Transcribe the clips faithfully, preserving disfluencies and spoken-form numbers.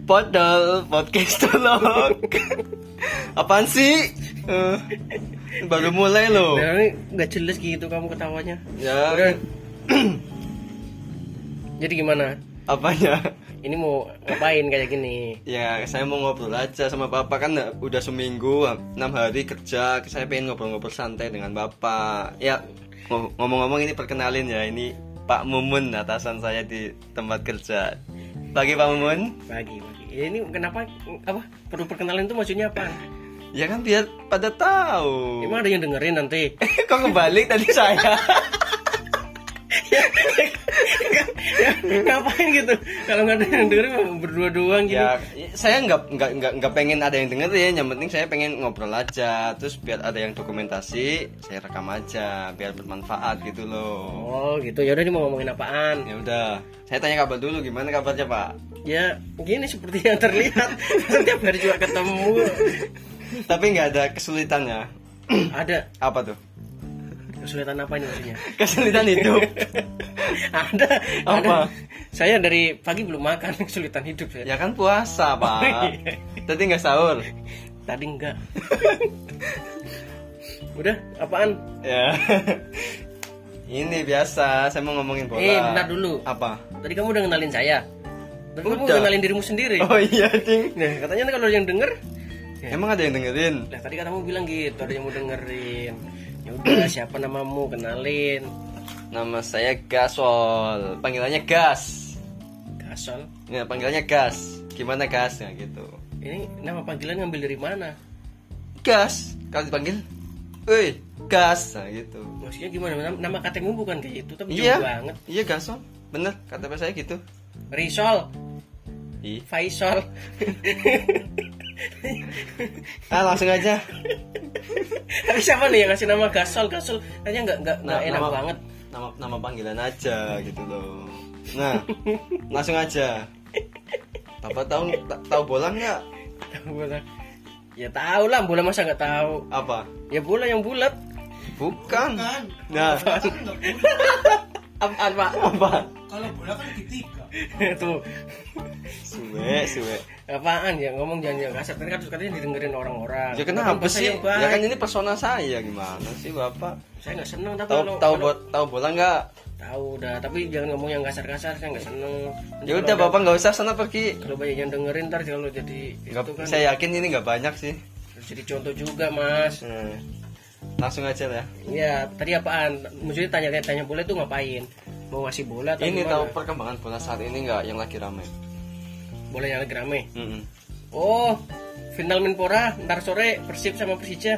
Podol podcast tolong. Apaan sih? Uh, baru mulai loh. Nah, ini nggak jelas gitu kamu ketawanya. Ya. Udah. Jadi gimana? Apanya? Ini mau ngapain kayak gini? Ya, saya mau ngobrol aja sama Bapak, kan udah seminggu, enam hari kerja. Saya pengen ngobrol-ngobrol santai dengan Bapak. Ya, ngomong-ngomong ini perkenalin ya, ini Pak Mumun, atasan saya di tempat kerja. Pagi Pak Mumun. Pagi, pagi. Ya, ini kenapa apa? Perlu perkenalan itu maksudnya apa? Ya kan biar pada tahu. Emang ada yang dengerin nanti? Kok kebalik tadi saya? Ya, ngapain gitu? Kalau nggak ada yang dengerin berdua doang gitu. Ya, saya nggak nggak nggak nggak pengen ada yang dengerin. Yang penting saya pengen ngobrol aja. Terus biar ada yang dokumentasi, saya rekam aja biar bermanfaat gitu loh. Oh gitu. Ya udah, ini mau ngomongin apaan? Ya udah, saya tanya kabar dulu, gimana kabarnya Pak? Ya gini seperti yang terlihat. Setiap hari juga ketemu. Tapi nggak ada kesulitannya. Ada. Apa tuh? Kesulitan apa ini maksudnya? Kesulitan hidup. Ada. Apa? Ada. Saya dari pagi belum makan, kesulitan hidup saya. Ya kan puasa Pak. Tadi nggak sahur. Tadi enggak. Udah, apaan? Ya. Ini biasa, saya mau ngomongin bola. Eh, bentar dulu. Apa? Tadi kamu udah kenalin saya. Tapi kamu Udah. kenalin dirimu sendiri. Oh iya, ding. Nah, katanya kalau yang denger, ya. Emang ada yang dengerin? Nah, tadi kamu bilang gitu, ada yang mau dengerin. Ya udah, siapa namamu? Kenalin. Nama saya Gasol. Panggilannya Gas. Gasol. Ya, panggilannya Gas. Gimana Gas? Ya gitu. Ini nama panggilan ngambil dari mana? Gas. Kalau dipanggil, "Woi, Gas." Nah, gitu. Maksudnya gimana? Nama, nama K T M bukan kayak gitu, tapi Iya. jauh banget. Iya, Gasol. Bener, kata saya gitu. Risol, Ih. Faisal. Ah, langsung aja. Tapi siapa nih yang ngasih nama Gasol? Gasol kayaknya nggak nggak nggak Nah, enak nama, banget. Nama nama panggilan aja gitu loh. Nah, langsung aja. Bapak tahu ta- tahu bola nggak? Tahu bola? Ya tahu lah, bola masa nggak tahu? Apa? Ya bola yang bulat. Bukan. Bukan. Nah, Bola kan nggak bulat. Apaan Pak? apa? Kalau bola kan segitiga. Tuh. Suwe, suwe. Apaan ya, ngomong jangan yang kasar. Tadi kan katanya didengerin orang-orang. Ya kenapa Bahasa sih? yang baik. Ya kan ini persona saya, gimana sih Bapak? Saya nggak seneng tapi Tahu kalau tahu kalau- bo- tahu bola nggak? tahu udah, tapi jangan ngomong yang kasar-kasar, saya nggak seneng. Nanti Ya kalau udah ada- Bapak nggak usah sana pergi. Kalau banyak yang dengerin ntar kalau jadi Nggak, itu kan saya yakin ini nggak banyak sih. jadi contoh juga Mas. Hmm. Langsung aja lah. Iya, tadi apaan? Maksudnya tanya-tanya bola itu ngapain? Mau ngasih bola atau Ini gimana? tahu perkembangan bola saat ini nggak yang lagi ramai? Bola yang lagi rame. Mm-mm. Oh, final Menpora ntar sore Persib sama Persija.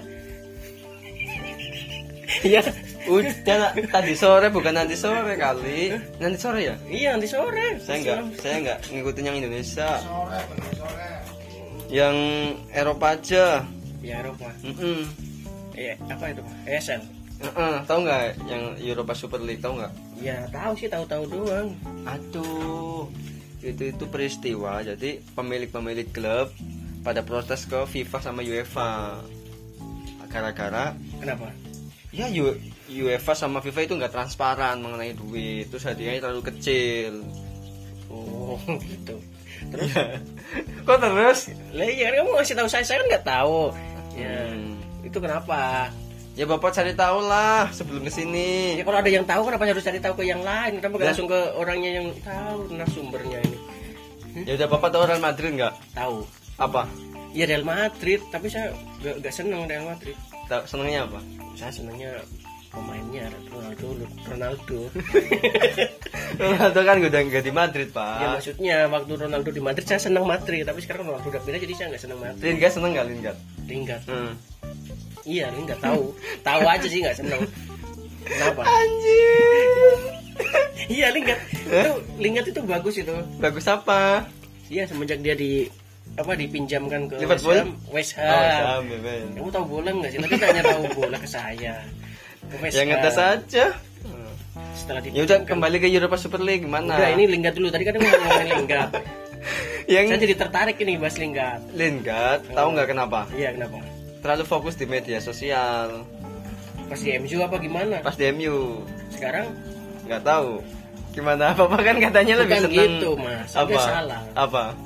Iya. Udah lah, tadi sore bukan nanti sore kali. Nanti sore ya? Iya, nanti sore. Saya nggak, saya nggak ngikutin yang Indonesia. Sore, benar sore. Yang Eropa aja. Ya Eropa. Mm-mm. Eh, apa itu? E S L. Uh-uh. Tahu nggak yang Europa Super League, tahu nggak? Ya tahu sih, tahu-tahu doang. Aduh, itu itu peristiwa. Jadi pemilik-pemilik klub pada protes ke FIFA sama UEFA. Gara-gara Kenapa? ya U- UEFA sama FIFA itu nggak transparan mengenai duit. Terus hadiahnya terlalu kecil. Oh, gitu. Terus Ya. Kok terus? lah iya kan kamu ngasih tahu saya, saya kan nggak tahu. Ya, Hmm. itu kenapa? Ya Bapak cari tahu lah sebelum kesini. Ya kalau ada yang tahu kenapa harus cari tahu ke yang lain? Kenapa nggak Ya. langsung ke orangnya yang tahu narasumbernya ini? Ya udah Bapak tahu Real Madrid nggak? Tahu. Apa? Ya Real Madrid, tapi saya gak, gak seneng Real Madrid. Tahu senengnya apa? Saya senengnya pemainnya Ronaldo. Ronaldo. Ronaldo kan udah nggak di Madrid Pak. Ya maksudnya waktu Ronaldo di Madrid saya seneng Madrid, tapi sekarang Ronaldo udah pindah jadi saya nggak seneng Madrid. Lingard seneng nggak Lingard? Lingard. Hmm. Iya, Lingard tahu. Tahu aja sih nggak seneng. Kenapa? Anjir. Iya Lingard. Itu Lingard itu bagus itu. Bagus apa? Iya semenjak dia di apa dipinjamkan ke Liverpool? West Ham. West Ham. Oh, Sam, bebel. Kamu tahu bola nggak sih? Tadi tanya tahu bola ke saya. Ke West Yang Ham. ngetes aja. Setelah Ya udah kembali ke Europa Super League gimana? Udah ini Lingard dulu. Tadi kan kamu ngomongin Lingard. Yang Saya jadi tertarik ini bahas Lingard. Lingard, tahu nggak kenapa? Iya kenapa? Terlalu fokus di media sosial. Pas di M U apa gimana? Pas di M U. Sekarang Nggak tahu. Gimana? Bapak kan katanya lebih bukan senang. gitu mas. Apa? Anda salah. Apa?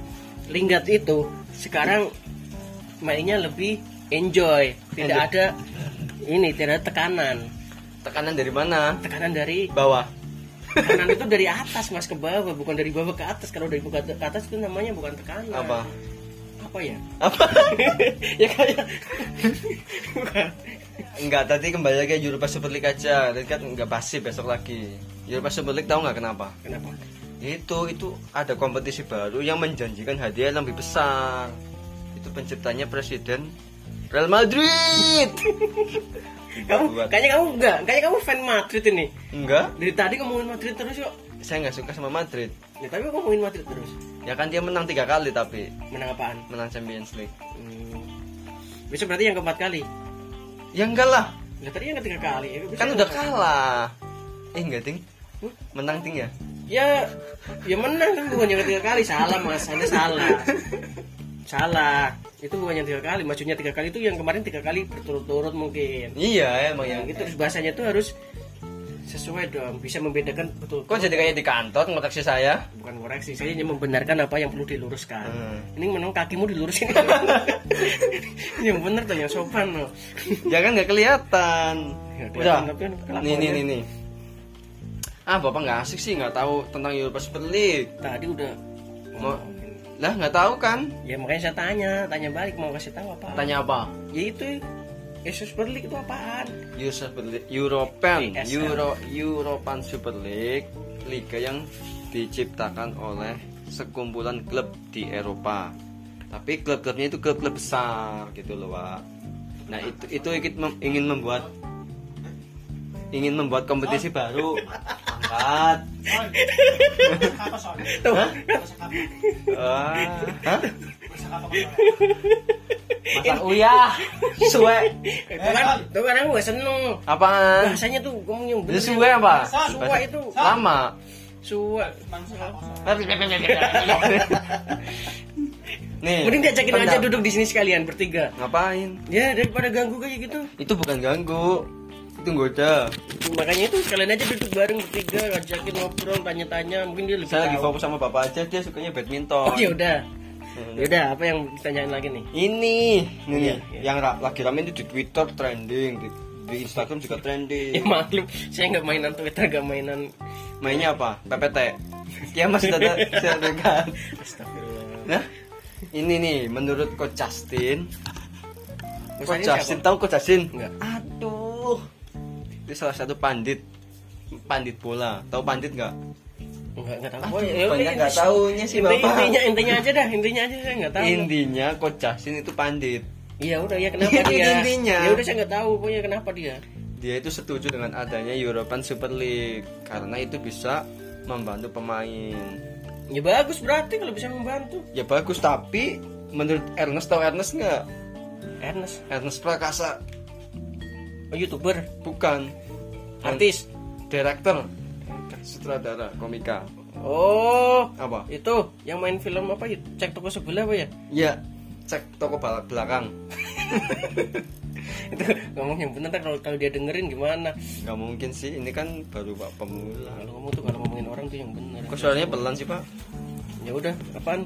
Lingard itu sekarang mainnya lebih enjoy, tidak Enjoy. ada ini, tidak ada tekanan. Tekanan dari mana? Tekanan dari Bawah. tekanan itu dari atas mas ke bawah, bukan dari bawah ke atas. Kalau dari bawah ke atas itu namanya bukan tekanan. Apa? Apa ya? Apa? Ya kayak bukan. Enggak, tadi kembali lagi ke Europa Super League aja. Tadi kan enggak pasti besok lagi. Europa Super League tahu nggak kenapa? Kenapa? Itu itu ada kompetisi baru yang menjanjikan hadiah yang lebih besar. Itu penciptanya presiden Real Madrid. Kamu Buat. kayaknya kamu enggak, kayaknya kamu fan Madrid ini. Enggak, Dari tadi ngomongin Madrid terus kok. saya nggak suka sama Madrid. Ya tapi kok ngomongin Madrid terus. Ya kan dia menang tiga kali tapi Menang apaan? menang Champions League. Hmm. Besok berarti yang keempat kali. Ya enggak lah, Ya tadi yang ketiga kali. Ya, besok kan yang udah keempat. kalah. Eh enggak ting, Hmm? menang ting ya. Ya, ya menang kan bukan yang ketiga kali. Salah mas, anda salah. Salah. Itu bukan yang tiga kali. Maksudnya tiga kali itu yang kemarin tiga kali berturut-turut mungkin. Iya emang yang Yang itu terus bahasanya itu harus sesuai dong. Bisa membedakan betul. Kok jadi kayak di kantor ngotaksi saya? Bukan koreksi, saya hanya membenarkan apa yang perlu diluruskan. Hmm. Ini memang kakimu dilurusin. Yang bener tuh, yang sopan loh. Ya kan nggak kelihatan. Ya, Udah. kelihatan, tapi kelakuannya- Nih nih nih nih. Ah bapak nggak asik sih, nggak tahu tentang Europa Super League. Tadi udah Mau lah nggak tahu kan? ya makanya saya tanya, tanya balik mau kasih tahu apa? Tanya apa? Ya itu Yesus Super League itu apaan? Europa Super League, European, E S L. Euro, European Super League, liga yang diciptakan oleh sekumpulan klub di Eropa. Tapi klub-klubnya itu klub-klub besar gitu loh, Pak. Nah, itu itu ingin mem- ingin membuat ingin membuat kompetisi baru. Angkat. Apa soalnya? Tuh, Hah? Masak apa? Ah, hah? Masak apa? Masak uyah. Suwe. itu kan, itu kan aku gak seneng. Apaan? Bahasanya tuh ngomong yang Itu bener. suwe apa? Suwe itu Lama. suwe. Masak apa? Nih. Mending diajakin pendap- aja duduk di sini sekalian bertiga. Ngapain? Ya daripada ganggu kayak gitu. Itu bukan ganggu. Itu goda. Makanya itu sekalian aja duduk bareng bertiga, ngajakin ngobrol, tanya-tanya, mungkin dia lebih Saya lagi tahu. fokus sama bapak aja, dia sukanya badminton. Oh ya udah. Ya udah, apa yang ditanyain lagi nih? Ini, ini Iya, nih, iya. yang ra- lagi rame itu di Twitter trending, di, di Instagram juga Ya trending. maklum, saya nggak mainan Twitter, nggak mainan. Mainnya apa? P P T. Ya Mas sudah saya kan. Astagfirullah. Nah, ini nih menurut Coach Justin. Coach Coach Justin siapa? tahu Coach Justin? Enggak. Aduh. Itu salah satu pandit pandit bola. Tahu pandit nggak? Enggak, enggak tahu. Aduh, Oh, ya, banyak ya, nggak ya, taunya sih, inti- Bapak. Intinya, intinya aja dah, intinya aja saya nggak tahu. Intinya Coach Justin itu pandit. Iya udah ya kenapa Itu dia? intinya. Ya udah saya nggak tahu pokoknya kenapa dia. Dia itu setuju dengan adanya European Super League karena itu bisa membantu pemain. Ya bagus berarti kalau bisa membantu. Ya bagus, tapi menurut Ernest, tahu Ernest nggak? Ernest, Ernest Prakasa oh, YouTuber, bukan artis. direktur, sutradara, komika. Oh, Apa? itu yang main film apa ya? Cek toko sebelah apa ya? Ya, cek toko bal- belakang. Itu ngomong yang bener kan, kalau kalau dia dengerin gimana? Nggak mungkin sih, ini kan baru pak pemula. Kalau ngomong tuh, kalau ngomongin orang tuh yang bener. Kok suaranya pelan sih pak? Ya udah, apaan?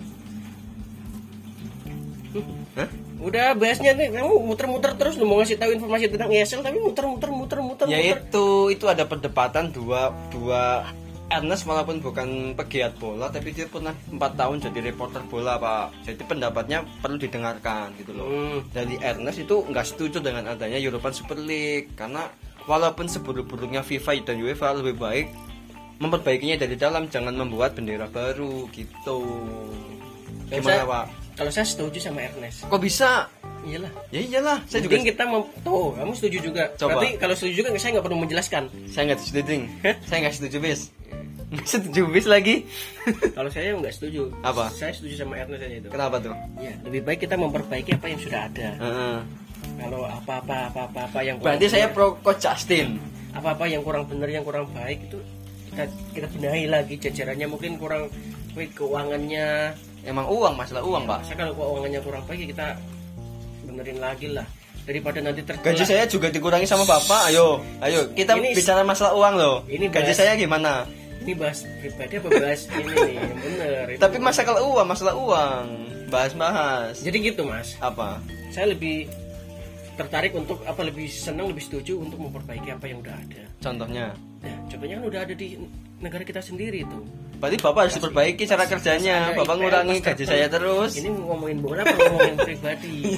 Hah? Udah bahasnya nih, kamu muter-muter terus lu mau ngasih tahu informasi tentang E S L tapi muter-muter muter-muter. Ya muter. itu, itu ada perdebatan dua dua Ernest walaupun bukan pegiat bola tapi dia pernah empat tahun jadi reporter bola pak. Jadi pendapatnya perlu didengarkan gitu loh. Hmm. Dari Ernest itu nggak setuju dengan adanya European Super League karena walaupun seburuk-buruknya FIFA dan UEFA lebih baik memperbaikinya dari dalam, jangan membuat bendera baru gitu. Kalau Gimana saya- pak? Kalau saya setuju sama Ernest. Kok bisa? Iyalah. Ya iyalah, saya juga Mending kita mem- tuh, kamu setuju juga. Coba. Berarti kalau setuju juga saya nggak perlu menjelaskan. saya nggak setuju ding. Saya nggak setuju bis. Nggak setuju bis lagi. Kalau saya nggak setuju. Apa? Saya setuju sama Ernest aja itu. Kenapa tuh? Ya, lebih baik kita memperbaiki apa yang sudah ada. Heeh. Kalau apa-apa apa-apa apa yang kurang Berarti saya benar, pro Coach Justin. apa-apa yang kurang benar, yang kurang baik itu kita kita benahi lagi, jajarannya mungkin kurang baik, keuangannya. Emang uang, masalah uang pak. Saya kalau keuangannya kurang baik ya kita benerin lagi lah, daripada nanti terkelak. Gaji saya juga dikurangi sama bapak. Ayo, ayo kita Ini- bicara masalah uang loh. Ini Gaji bahas- saya gimana? Ini bahas pribadi apa bahas ini nih? Yang bener. Itu. Tapi masalah uang, masalah uang. Bahas-bahas. Jadi gitu mas. Apa? Saya lebih tertarik untuk apa lebih senang lebih setuju untuk memperbaiki apa yang udah ada. Contohnya? Nah, contohnya kan udah ada di negara kita sendiri tuh. Berarti Bapak harus diperbaiki cara kerjanya. Ada Bapak I P L, ngurangi Mas, gaji Terpel. saya terus. Ini ngomongin bola apa ngomongin pribadi?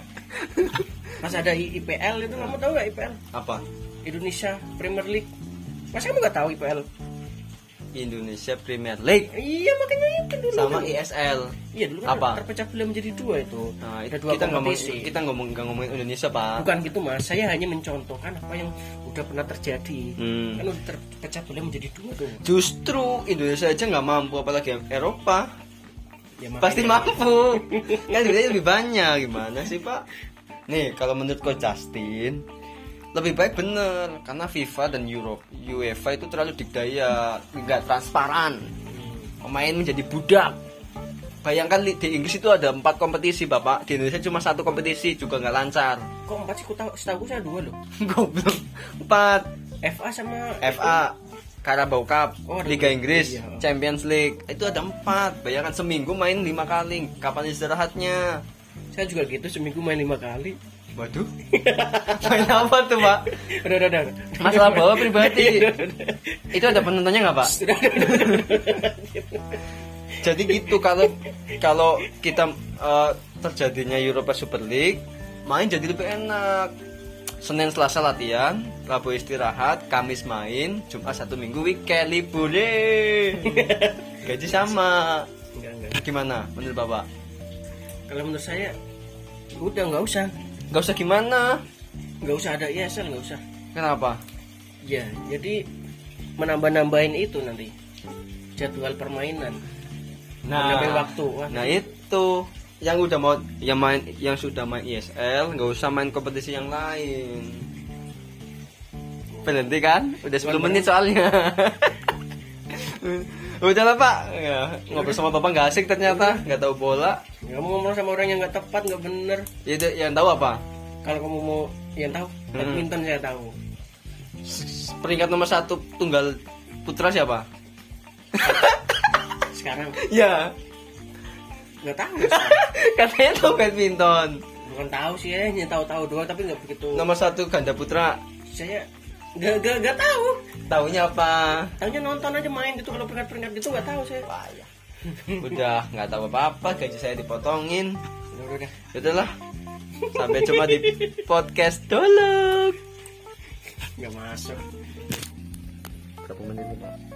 Mas ada I P L itu, kamu tahu nggak I P L? Apa? Indonesia Premier League. Mas kamu nggak tahu I P L? Indonesia Premier League Iya makanya itu dulu. sama I S L. Iya dulu kan Apa? terpecah belah menjadi dua itu. Nah, ada itu dua kita ngomong kompetisi. kita ngomong nggak ngomongin Indonesia, Pak. Bukan gitu mas, saya hanya mencontohkan apa yang udah pernah terjadi. Hmm. Kan udah terpecah belah menjadi dua tuh. Justru Indonesia aja nggak mampu, apalagi Eropa. Ya, makanya- Pasti mampu. Kan duitnya lebih banyak, gimana sih, Pak? Nih, kalau menurut Coach Justin, lebih baik bener karena FIFA dan Europe, UEFA itu terlalu dikdaya, nggak transparan. Pemain menjadi budak. Bayangkan li- di Inggris itu ada empat kompetisi, Bapak. Di Indonesia cuma satu kompetisi, juga nggak lancar. Kok empat sih? Ku tahu, setahu saya dua loh. Goblok. Empat. F A sama F A, Carabao Cup, Oh, ada Liga dua. Inggris, Iya. Champions League. Itu ada empat. Bayangkan seminggu main lima kali. Kapan istirahatnya? Saya juga gitu, seminggu main lima kali. Waduh. Main apa tuh, Pak? Udah, udah, udah. Masalah bawa pribadi. Udah, udah. Itu ada penontonnya nggak, Pak? Udah, udah, udah. Jadi gitu, kalau kalau kita eh, terjadinya Europa Super League, main jadi lebih enak. Senin Selasa latihan, Rabu istirahat, Kamis main, Jumat satu minggu weekend libur. Yeay. Gaji sama. Enggak, enggak. Gimana menurut Bapak? Kalau menurut saya udah nggak usah, Gak usah gimana? nggak usah ada I S L, nggak usah. Kenapa? Ya, jadi menambah-nambahin itu nanti jadwal permainan. Menambah waktu. Wah, Nah itu yang udah mau yang main yang sudah main I S L nggak usah main kompetisi yang lain. Berhenti kan? Udah sepuluh menit soalnya. Udah lah, Pak. Ya, ngobrol sama Bapak nggak asik ternyata, nggak tahu bola. kamu ngomong sama orang yang nggak tepat, nggak bener. Ya, itu yang tahu apa? Kalau kamu mau yang tahu, Hmm. badminton saya tahu. Peringkat nomor satu tunggal putra siapa? Sekarang Ya, nggak tahu. katanya tahu badminton. Bukan tahu sih ya, hanya tahu-tahu doang tapi nggak begitu. Nomor satu ganda putra. Saya nggak nggak nggak tahu. Taunya apa? Tahunya nonton aja main gitu, kalau peringkat-peringkat gitu nggak tahu saya. Wah, ya. Udah nggak tahu apa-apa, gaji saya dipotongin. Udah, udah, udah. Udahlah. Sampai jumpa di podcast Dolok. Nggak masuk. Berapa menit, Pak?